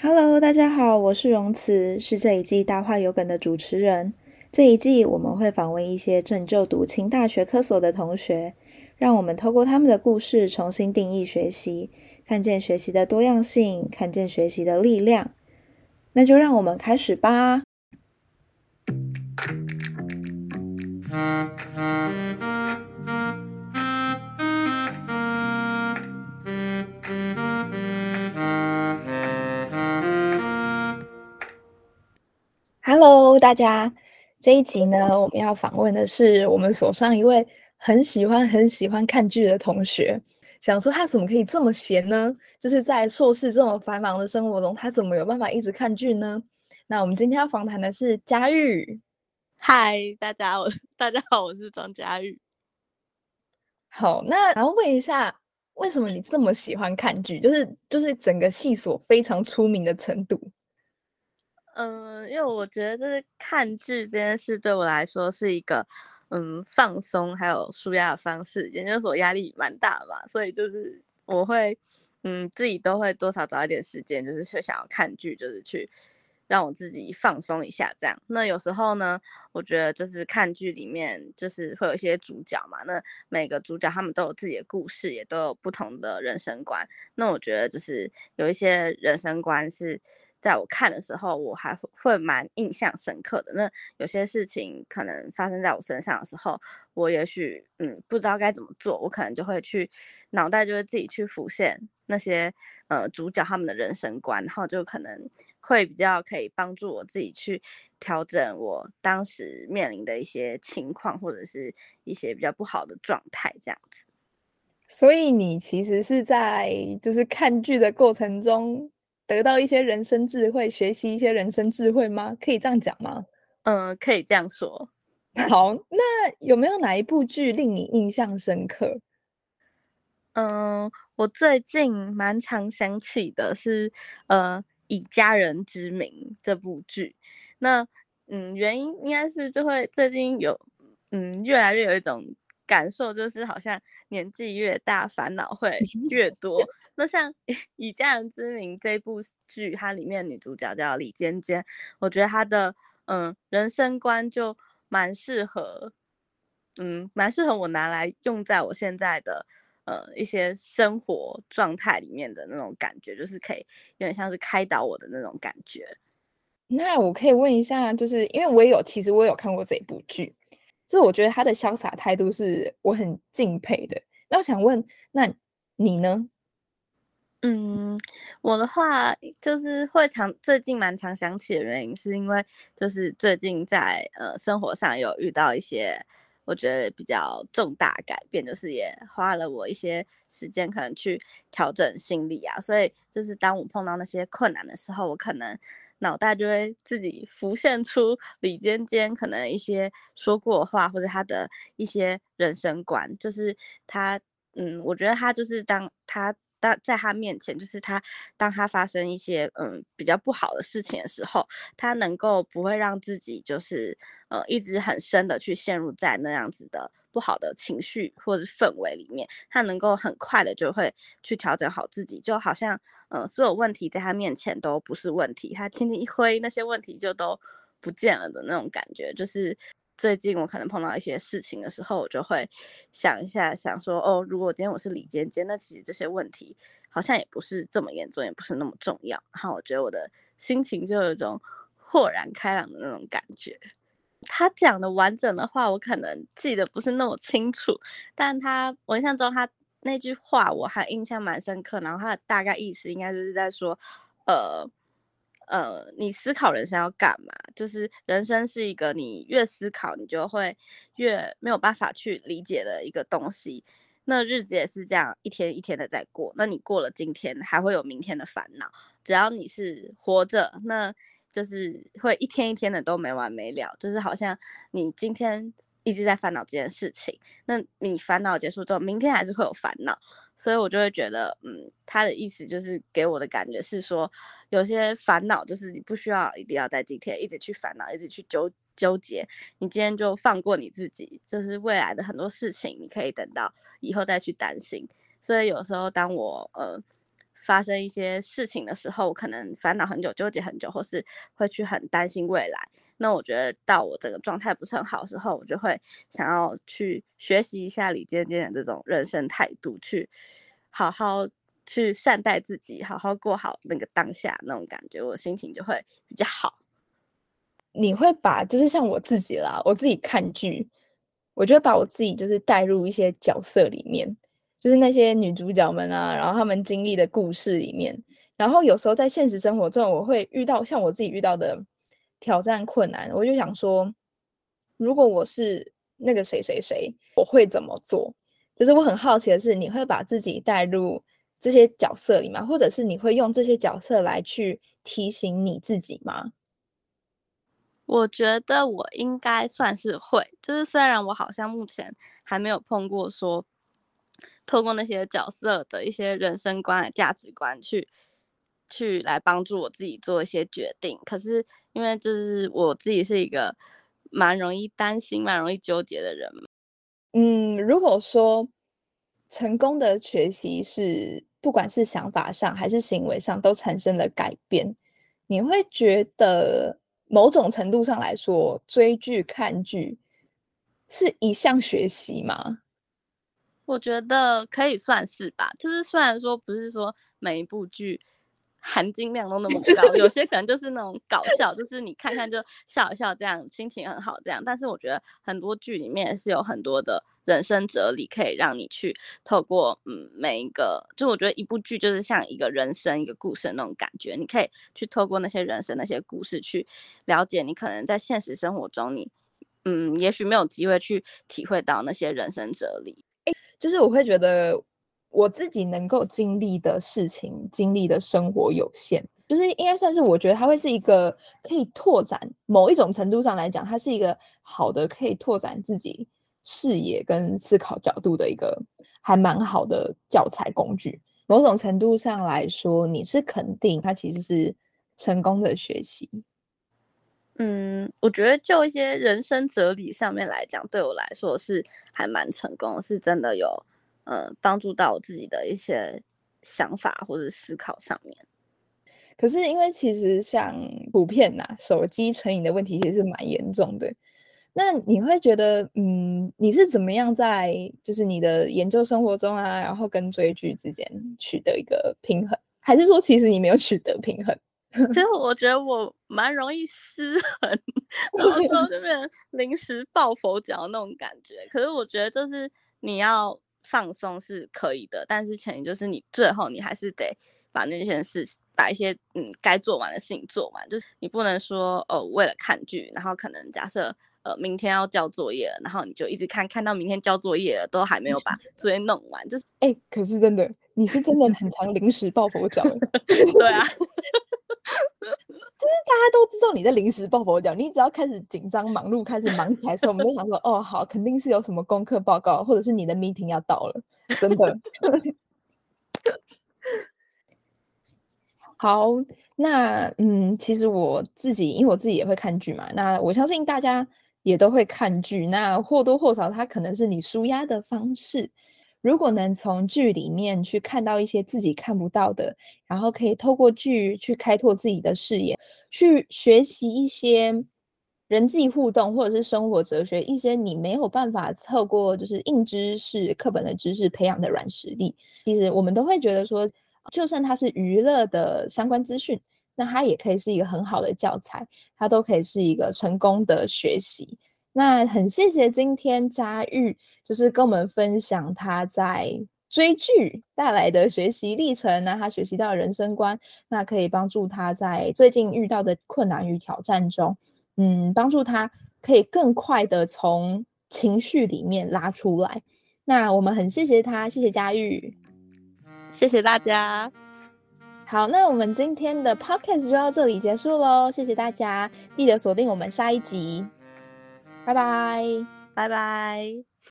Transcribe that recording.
Hello，大家好，我是荣慈，是这一季大话有梗的主持人。这一季我们会访问一些正就读清大学科所的同学，让我们透过他们的故事重新定义学习，看见学习的多样性，看见学习的力量。那就让我们开始吧。Hello，大家，这一集呢，我们要访问的是我们所上一位很喜欢看剧的同学。想说他怎么可以这么闲呢？就是在硕士这么繁忙的生活中，他怎么有办法一直看剧呢？那我们今天要访谈的是佳玉。 嗨，大家好，我是庄佳玉。 好，那然后问一下，为什么你这么喜欢看剧？就是整个系所非常出名的程度。 因为我觉得就是看剧这件事对我来说是一个放松还有舒压的方式。研究所压力蛮大嘛，所以就是我会自己都会多少找一点时间，就是去想要看剧，就是去让我自己放松一下这样。那有时候呢，我觉得就是看剧里面就是会有一些主角嘛，那每个主角他们都有自己的故事，也都有不同的人生观。那我觉得就是有一些人生观是在我看的时候，我还会蛮印象深刻的。那有些事情可能发生在我身上的时候，我也许不知道该怎么做，我可能就会去脑袋就会自己去浮现那些主角他们的人生观，然后就可能会比较可以帮助我自己去调整我当时面临的一些情况，或者是一些比较不好的状态这样子。 所以你其实是在就是看剧的过程中得到一些人生智慧，学习一些人生智慧吗？可以这样讲吗？ 可以这样说。 好，那有没有哪一部剧令你印象深刻？ 我最近蛮常想起的是，《以家人之名》这部剧。那，原因应该是就会最近有，越来越有一种感受，就是好像年纪越大，烦恼会越多。那像《以家人之名》这部剧，它里面女主角叫李尖尖，我觉得她的人生观就蛮适合，蛮适合我拿来用在我现在的一些生活状态里面的那种感觉，就是可以有点像是开导我的那种感觉。 那我可以问一下，就是因为其实我有看过这一部剧，就是我觉得他的潇洒态度是我很敬佩的。那我想问，那你呢？ 嗯，我的话就是最近蛮常想起的原因，是因为就是最近在生活上有遇到一些我觉得比较重大改变，就是也花了我一些时间可能去调整心理啊，所以就是当我碰到那些困难的时候，我可能脑袋就会自己浮现出李尖尖可能一些说过的话，或者他的一些人生观，就是他我觉得他就是在他面前，就是当他发生一些比较不好的事情的时候，他能够不会让自己就是一直很深的去陷入在那样子的不好的情绪或者氛围里面，他能够很快的就会去调整好自己，就好像所有问题在他面前都不是问题，他轻轻一挥，那些问题就都不见了的那种感觉，就是最近我可能碰到一些事情的时候，我就会想一下，想说，哦，如果今天我是李尖尖，那其实这些问题好像也不是这么严重，也不是那么重要。然后我觉得我的心情就有一种豁然开朗的那种感觉。他讲的完整的话，我可能记得不是那么清楚，但我印象中他那句话我还印象蛮深刻，然后他的大概意思应该就是在说，呃你思考人生要干嘛？就是人生是一个你越思考，你就会越没有办法去理解的一个东西。那日子也是这样一天一天的在过，那你过了今天，还会有明天的烦恼。只要你是活着，那就是会一天一天的都没完没了，就是好像你今天一直在烦恼这件事情，那你烦恼结束之后，明天还是会有烦恼，所以我就会觉得，他的意思就是给我的感觉是说，有些烦恼就是你不需要一定要在今天一直去烦恼，一直去纠结，你今天就放过你自己，就是未来的很多事情，你可以等到以后再去担心。所以有时候当我发生一些事情的时候，我可能烦恼很久、纠结很久，或是会去很担心未来。那我觉得到我整个状态不是很好的时候，我就会想要去学习一下李尖尖的这种人生态度，去好好去善待自己，好好过好那个当下那种感觉，我心情就会比较好。 你会把就是像我自己啦，我自己看剧，我就会把我自己就是带入一些角色里面，就是那些女主角们啊，然后她们经历的故事里面，然后有时候在现实生活中，我会遇到像我自己遇到的挑战困难，我就想说，如果我是那个谁谁谁，我会怎么做？就是我很好奇的是，你会把自己带入这些角色里吗？或者是你会用这些角色来去提醒你自己吗？ 我觉得我应该算是会，就是虽然我好像目前还没有碰过说，透过那些角色的一些人生观、价值观去来帮助我自己做一些决定，可是因为就是我自己是一个蛮容易担心、蛮容易纠结的人嘛。 如果说成功的学习是不管是想法上还是行为上都产生了改变，你会觉得某种程度上来说，追剧、看剧是一项学习吗？ 我觉得可以算是吧，就是虽然说不是说每一部剧含金量都那么高，有些可能就是那种搞笑，就是你看看就笑一笑，这样心情很好这样。但是我觉得很多剧里面是有很多的人生哲理，可以让你去透过每一个，就我觉得一部剧就是像一个人生一个故事的那种感觉，你可以去透过那些人生那些故事去了解你可能在现实生活中你也许没有机会去体会到那些人生哲理。 就是我会觉得我自己能够经历的事情、经历的生活有限，就是应该算是我觉得它会是一个可以拓展某一种程度上来讲，它是一个好的可以拓展自己视野跟思考角度的一个还蛮好的教材工具。某种程度上来说，你是肯定它其实是成功的学习。 我觉得就一些人生哲理上面来讲，对我来说是还蛮成功的，是真的有帮助到我自己的一些想法或者思考上面。 可是因为其实像普遍手机成瘾的问题其实是蛮严重的。那你会觉得，你是怎么样在就是你的研究生活中啊，然后跟追剧之间取得一个平衡？还是说其实你没有取得平衡？ 其实我觉得我蛮容易失衡，然后之后就变成临时抱佛脚那种感觉。可是我觉得就是你要放松是可以的，但是前提就是你最后你还是得把那件事情，把一些该做完的事情做完。就是你不能说为了看剧，然后可能假设明天要交作业了，然后你就一直看到明天交作业了，都还没有把作业弄完，就是可是真的，你是真的很常临时抱佛脚对啊。 就是大家都知道你在临时抱佛脚，你只要开始紧张忙碌，开始忙起来的时候，我们就想说，哦，好，肯定是有什么功课报告，或者是你的 meeting 要到了，真的。好，那其实我自己，因为我自己也会看剧嘛，那我相信大家也都会看剧，那或多或少它可能是你抒压的方式。如果能从剧里面去看到一些自己看不到的，然后可以透过剧去开拓自己的视野，去学习一些人际互动或者是生活哲学，一些你没有办法透过就是硬知识、课本的知识培养的软实力。其实我们都会觉得说，就算它是娱乐的相关资讯，那它也可以是一个很好的教材，它都可以是一个成功的学习。那很谢谢今天佳玉，就是跟我们分享他在追剧带来的学习历程，那他学习到的人生观，那可以帮助他在最近遇到的困难与挑战中，帮助他可以更快的从情绪里面拉出来。那我们很谢谢他，谢谢佳玉。 谢谢大家。 好，那我们今天的 podcast 就到这里结束咯，谢谢大家，记得锁定我们下一集，拜拜。 拜拜。